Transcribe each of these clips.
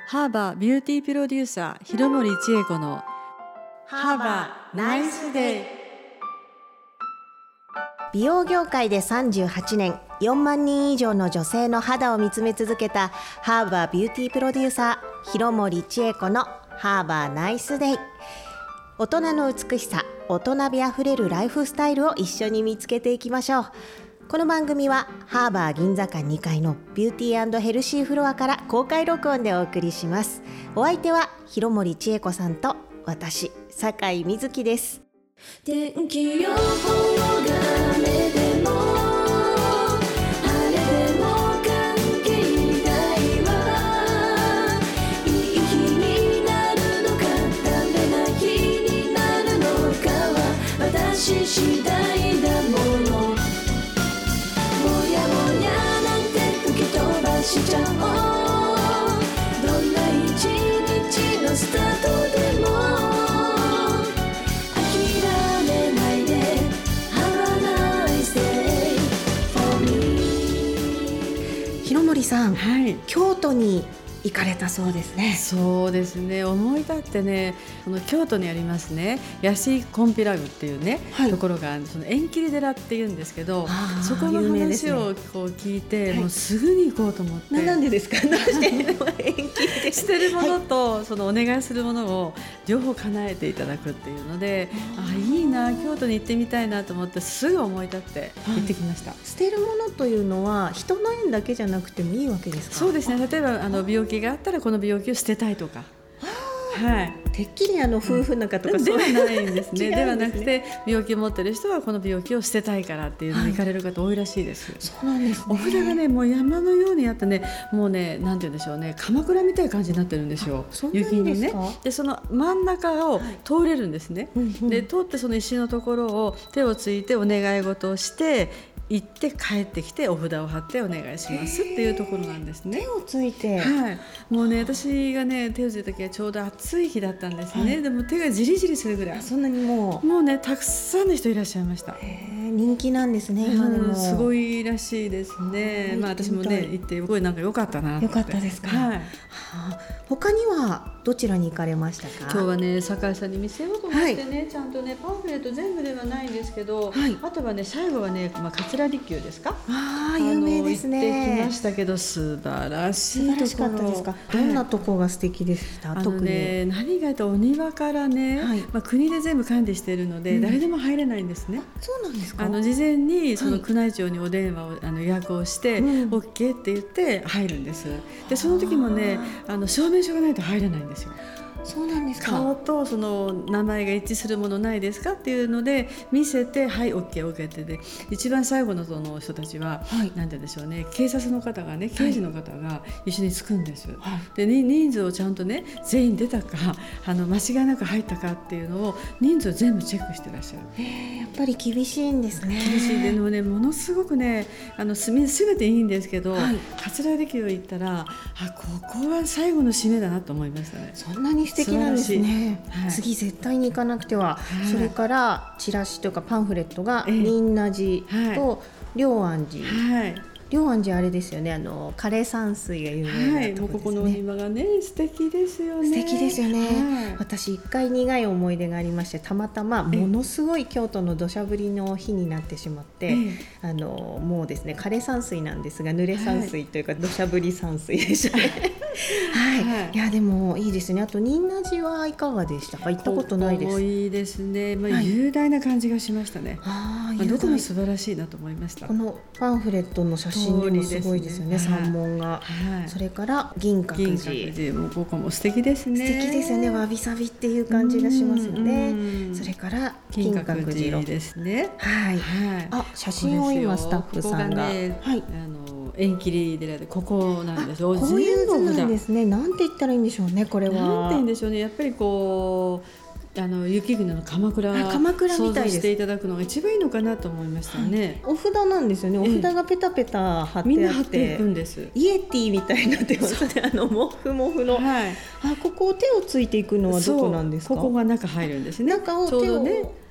ハーバービューティープロデューサー広森千恵子のハーバーナイスデイ。 美容業界で38年、4万人以上の女性の肌を見つめ続けたハーバービューティープロデューサー広森千恵子のハーバーナイスデイ。大人の美しさ、大人びあふれるライフスタイルを一緒に見つけていきましょう。この番組はハーバー銀座館2階のビューティー&ヘルシーフロアから公開録音でお送りします。お相手は広森千恵子さんと私、酒井瑞希です。 天気予報が雨でも晴れでも関係ないわ。いい日になるのかダメな日になるのかは私次第だもの。もやもやなんて吹き飛ばしちゃおう。どんな一日のスタートでも広森さん、 はい、 京都に行かれたそうですね。 そうですね、思い立ってね、この京都にありますね、安井金毘羅宮っていうね、ところがその縁切り寺っていうんですけど、そこの話をこう聞いて、もうすぐに行こうと思って。 なんでですか？どうして縁切り捨てるものと、そのお願いするものを両方叶えていただくっていうので、いいな、京都に行ってみたいなと思ってすぐ思い立って行ってきました。 捨てるものというのは人の縁だけじゃなくてもいいわけですか？ そうですね、例えば病気があったらこの病気を捨てたいとか、はい、 てっきり夫婦仲とかではないんですね。ではなくて、病気を持っている人はこの病気を捨てたいからっていうのに行かれる方多いらしいです。 そうなんですね。 お札がね、もう山のようにあってね、もうね、なんて言うんでしょうね、鎌倉みたいな感じになってるんですよ。雪にね。でその真ん中を通れるんですね、で通ってその石のところを手をついてお願い事をして行って帰ってきてお札を貼ってお願いしますっていうところなんですね。 手をついて、 はい、もうね、私がね手をついた時はちょうど暑い日だったんですね、でも手がジリジリするぐらい、 そんなにもうね、たくさんの人いらっしゃいました。 人気なんですね、今でも。 すごいらしいですね。私もね行ってすごいなんか良かったなって。 良かったですか？ はい。 他にはどちらに行かれましたか？ 今日はね、酒井さんに見せようと思ってね、ちゃんとねパンフレット全部ではないんですけど、あとはね最後はね、桂離宮ですか？ 有名ですね。 行ってきましたけど、素晴らしいところ。 素晴らしかったですか？どんなとこが素敵でした？特に何がお庭からね、国で全部管理しているので、誰でも入れないんですね。 そうなんですか？ 事前にその宮内庁にお電話を予約をして、OK って言って入るんです。でその時もね、証明書がないと入れないんですよ。 そうなんですか？ 顔とその名前が一致するものないですかっていうので見せて、はい OK ってで、一番最後のその人たちは、なんて言うんでしょうね、警察の方がね、刑事の方が一緒につくんです、で人数をちゃんとね、全員出たか間違いなく入ったかっていうのを人数を全部チェックしてらっしゃる。 やっぱり厳しいんですね。 厳しい。でもね、ものすごくね、全ていいんですけど、桂離宮行ったら、ここは最後の締めだなと思いましたね。 そんなに素敵なんですね。次絶対に行かなくては。それからチラシとかパンフレットが仁和寺と龍安寺。龍安寺あれですよね、枯山水が有名なところですね。 もうここのお庭がね、素敵ですよね。 素敵ですよね。私一回苦い思い出がありまして、たまたまものすごい京都の土砂降りの日になってしまって、もうですね、枯山水なんですが濡れ山水というか、土砂降り山水でしたね。いやでもいいですね。あと仁和寺はいかがでしたか？行ったことないです。 ここもいいですね。雄大な感じがしましたね。どこも素晴らしいなと思いました。 このパンフレットの写真でもすごいですよね、山門が。それから銀閣寺もここも素敵ですね。 素敵ですよね。わびさびっていう感じがしますよね。それから金閣寺ですね。 写真を今スタッフさんが縁切り寺で、ここなんですよ。 こういう図なんですね。なんて言ったらいいんでしょうね、これは。 なんて言うんでしょうね、やっぱりこう雪国の鎌倉想像していただくのが一番いいのかなと思いましたね。 お札なんですよね。お札がペタペタ貼ってあって、 みんな貼っていくんです。 イエティみたいになってますね。モフモフの、ここを手をついていくのはどこなんですか？ ここが中入るんですね。 中をちょうどね、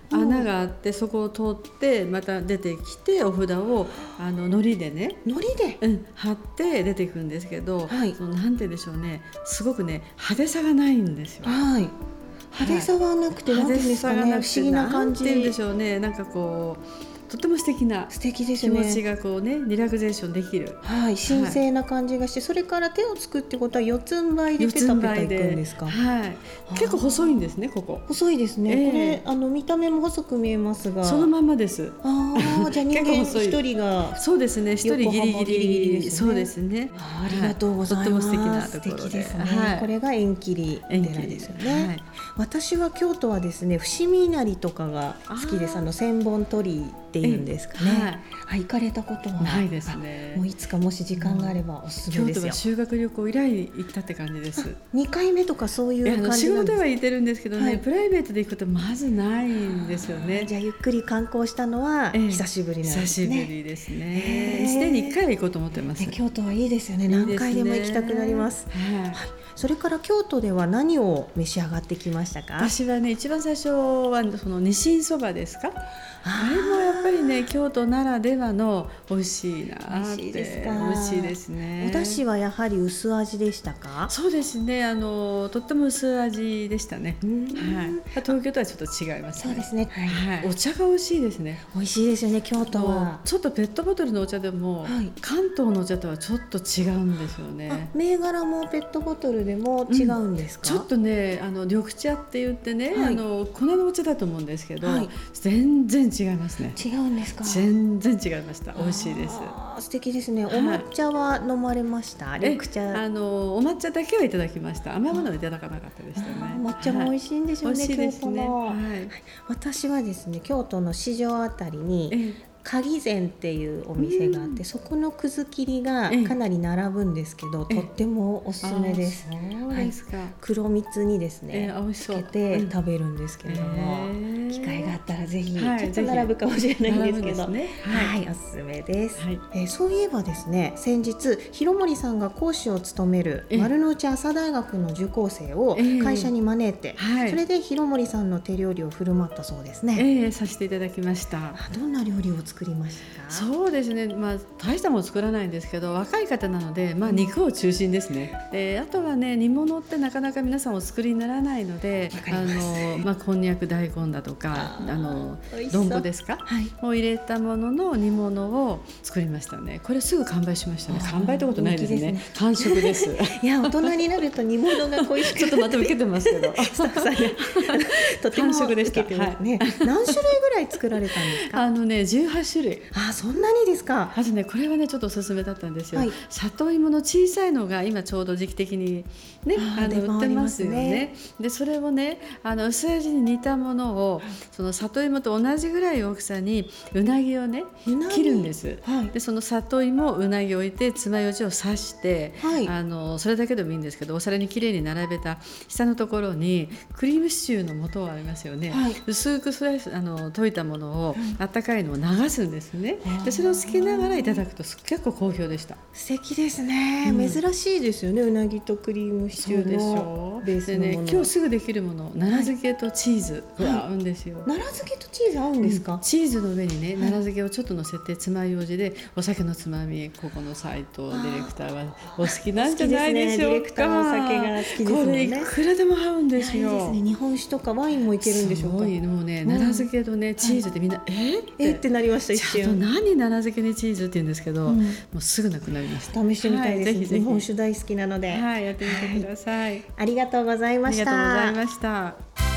穴があってそこを通ってまた出てきてお札を糊でね、 糊で、 貼って出ていくんですけど、 はい、 そのなんて言うんでしょうね、すごくね派手さがないんですよ。 はい、派手さはなくて、なんていうんですかね、不思議な感じ。 なんて言うんでしょうね、なんかこうとても素敵な気持ちがこうねリラクゼーションできる、 はい、神聖な感じがして、それから手をつくってことは四つん這いでペタペタいくんですか。 はい、結構細いんですね、ここ細いですね、これ見た目も細く見えますが、 そのまんまです。 じゃあ人間一人がそうですね、一人ギリギリですね。 そうですね、 ありがとうございます。 とっても素敵なところで、 素敵ですね、これが縁切り寺ですよね。私は京都はですね、伏見稲荷とかが好きです。千本鳥居っていうんですかね。行かれたことはないですね。 もういつかもし時間があればおすすめですよ。 京都は修学旅行以来行ったって感じです。 2回目とかそういう感じなんですか。 仕事では行ってるんですけどね、プライベートで行くことまずないんですよね。 じゃあゆっくり観光したのは久しぶりなんですね。 久しぶりですね。すでに1回は行こうと思ってます。 京都はいいですよね。何回でも行きたくなります。それから京都では何を召し上がってきましたか。 私はね、一番最初はそのニシンそばですか。あれもやっぱりね、京都ならではの美味しいなって。美味しいですね。 お出汁はやはり薄味でしたか。 そうですね、とっても薄味でしたね。東京とはちょっと違いますね。 そうですね、 お茶が美味しいですね。 美味しいですよね、京都は。 ちょっとペットボトルのお茶でも、関東のお茶とはちょっと違うんですよね。 銘柄もペットボトルでも違うんですか。 ちょっとね、緑茶って言ってね、粉のお茶だと思うんですけど、全然違いますね。 違うんですか。 全然違いました。美味しいです。 素敵ですね。お抹茶は飲まれました。緑茶。 お抹茶だけはいただきました。甘いものはいただかなかったでしたね。 抹茶も美味しいんでしょうね。 美味しいですね。 私はですね、京都の四条あたりに鍵膳っていうお店があって、そこのくず切りがかなり並ぶんですけど、とってもおすすめです。黒蜜にですね、つけて食べるんですけれども、機会があったらぜひ、ちょっと並ぶかもしれないんですけど、おすすめです。そういえばですね、先日広森さんが講師を務める丸の内朝大学の受講生を会社に招いて、それで広森さんの手料理を振る舞ったそうですね。 させていただきました。 どんな料理を作りましたか。 そうですね、大したもの作らないんですけど、若い方なので、肉を中心ですね。で、あとはね、煮物ってなかなか皆さんお作りにならないので、こんにゃく大根だとか丼ですか、を入れたものの煮物を作りましたね。これすぐ完売しましたね。完売ってことないですね。完食です。 いや、大人になると煮物が恋しくちょっとまた受けてますけどスタッフさんにとても受けてますね。何種類ぐらい作られたんですか。 18種類。 そんなにですか。 まずね、これはねちょっとおすすめだったんですよ。里芋の小さいのが今ちょうど時期的にね売ってますよね。でそれをね薄味に煮たものをその里芋と同じぐらい大きさにうなぎをね切るんです。でその里芋うなぎを置いて爪楊枝を刺して、それだけでもいいんですけど、お皿にきれいに並べた下のところにクリームシチューの素がありますよね。薄くスライス溶いたものをあったかいのを流すんですね。でそれをつけながらいただくと結構好評でした。 素敵ですね。珍しいですよね、うなぎとクリームシチューのベースのもの。 今日すぐできるもの、奈良漬けとチーズが合うんですよ。 奈良漬けとチーズ合うんですか。 チーズの上にね奈良漬けをちょっと乗せて爪楊枝でお酒のつまみ、ここの斉藤ディレクターはお好きなんじゃないでしょうか。 ディレクターはお酒が好きですもんね。 これいくらでも合うんですよ。 いいですね。日本酒とかワインもいけるんでしょうか。 もうね奈良漬けとねチーズでみんなってなりました。一瞬何奈良漬けにチーズって言うんですけど、もうすぐなくなりました。 試してみたいです。 ぜひぜひ日本酒大好きなので、 やってみてください。 ありがとうございました。 ありがとうございました。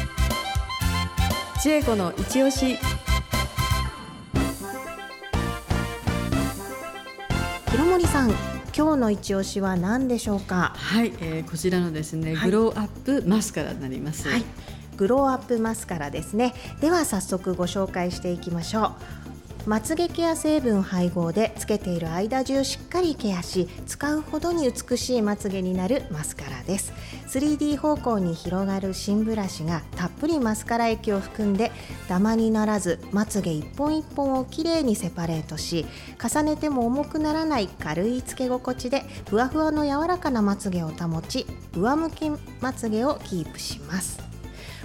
千恵子の一押し。 広森さん、今日の一押しは何でしょうか。 こちらのですね、グローアップマスカラになります。 グローアップマスカラですね。では早速ご紹介していきましょう。まつげケア成分配合でつけている間中しっかりケアし、使うほどに美しいまつげになるマスカラです。 3D 方向に広がる新ブラシがたっぷりマスカラ液を含んでダマにならず、まつげ一本一本をきれいにセパレートし、重ねても重くならない軽いつけ心地でふわふわの柔らかなまつげを保ち、上向きまつげをキープします。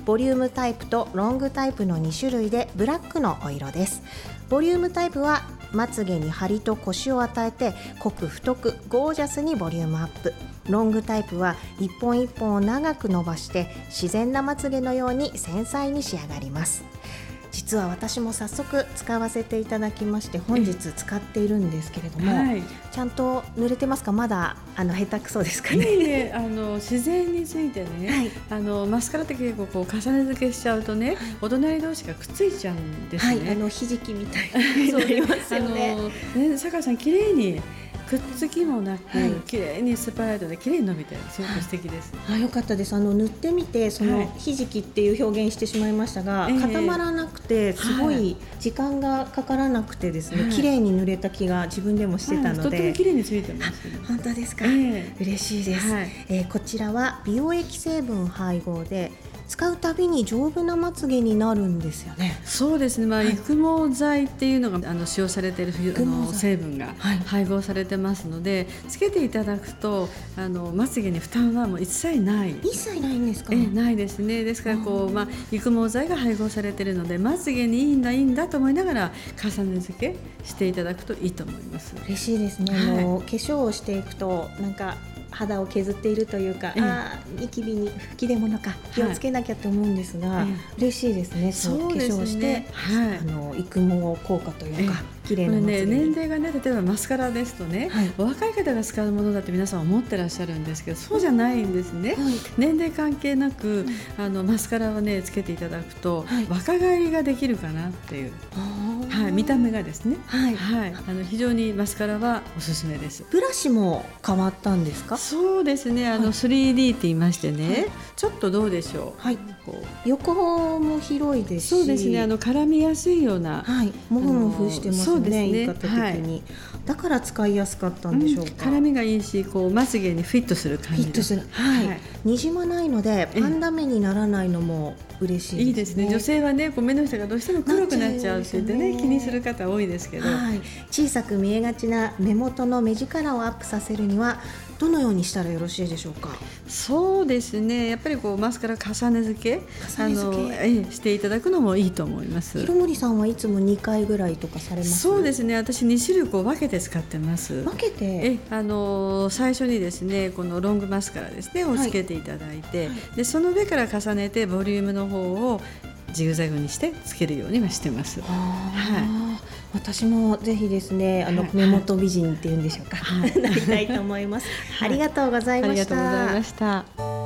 ボリュームタイプとロングタイプの2種類でブラックのお色です。ボリュームタイプはまつげに張りとコシを与えて濃く太くゴージャスにボリュームアップ。ロングタイプは一本一本を長く伸ばして自然なまつげのように繊細に仕上がります。実は私も早速使わせていただきまして本日使っているんですけれども、 はい、 ちゃんと塗れてますか？まだ下手くそですかね。 自然についてね、マスカラって結構こう重ね付けしちゃうとね、お隣同士がくっついちゃうんですね。 ひじきみたいになりますよね。 坂井さん綺麗にくっつきもなく、綺麗にスパライトで綺麗に伸びてすごく素敵です。 よかったです。塗ってみてそのひじきっていう表現してしまいましたが、固まらなくてすごい時間がかからなくてですね、綺麗に塗れた気が自分でもしてたので、 とても綺麗についてます。 本当ですか？嬉しいです。こちらは美容液成分配合で使うたびに丈夫なまつげになるんですよね。 そうですね、育毛剤っていうのが使用されている成分が配合されてますので、つけていただくとまつげに負担はもう一切ない。 一切ないんですか？ ないですね。ですから育毛剤が配合されているので、まつげにいいんだと思いながら重ね付けしていただくといいと思います。 嬉しいですね。化粧をしていくとなんか肌を削っているというか、ニキビに吹き出物か気をつけなきゃと思うんですが、嬉しいですね。そう化粧して、育毛効果というか、綺麗なまつげに。 年齢がね、例えばマスカラですとね、お若い方が使うものだって皆さん思ってらっしゃるんですけど、そうじゃないんですね。年齢関係なくマスカラをねつけていただくと、若返りができるかなっていう、見た目がですね、非常にマスカラはおすすめです。 ブラシも変わったんですか？ そうですね、3D って言いましてね、ちょっとどうでしょう、 横も広いですし、 そうですね、絡みやすいような、 もふもふしてますね、言い方的に、だから使いやすかったんでしょうか？ 絡みがいいし、まつげにフィットする感じフィットする、にじまないのでパンダ目にならないのも嬉しいですね。いいですね。 女性はね、目の下がどうしても黒くなっちゃうって言ってね、気にする方多いですけど、 小さく見えがちな目元の目力をアップさせるにはどのようにしたらよろしいでしょうか？ そうですね、やっぱりマスカラ重ね付けしていただくのもいいと思います。 広森さんはいつも2回ぐらいとかされます？そうですね、私2種類分けて使ってます。 分けて最初にですね、このロングマスカラですねをつけていただいて、でその上から重ねてボリュームの方をジグザグにしてつけるようにはしてます。 私もぜひですね、目元美人っていうんでしょうか、なりたいと思います。ありがとうございました。 ありがとうございました。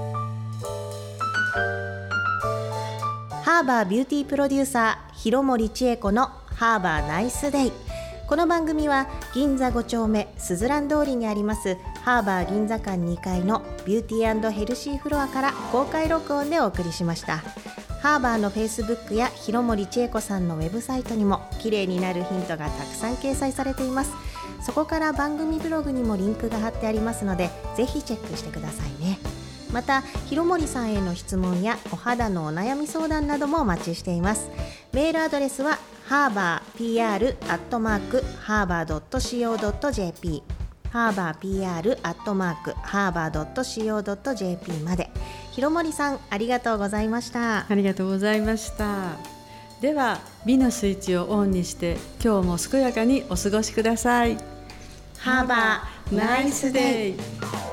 ハーバービューティープロデューサー広森千恵子のハーバーナイスデイ。この番組は銀座5丁目すずらん通りにありますハーバー銀座館2階のビューティー&ヘルシーフロアから公開録音でお送りしました。ハーバーのフェイスブックや広森千恵子さんのウェブサイトにも綺麗になるヒントがたくさん掲載されています。そこから番組ブログにもリンクが貼ってありますので、ぜひチェックしてくださいね。また広森さんへの質問やお肌のお悩み相談などもお待ちしています。メールアドレスは harbarpr@harvard.co.jp harbarpr@harvard.co.jp まで。広森さん、ありがとうございました。 ありがとうございました。では美のスイッチをオンにして今日も健やかにお過ごしください。 ハーバーナイスデイ。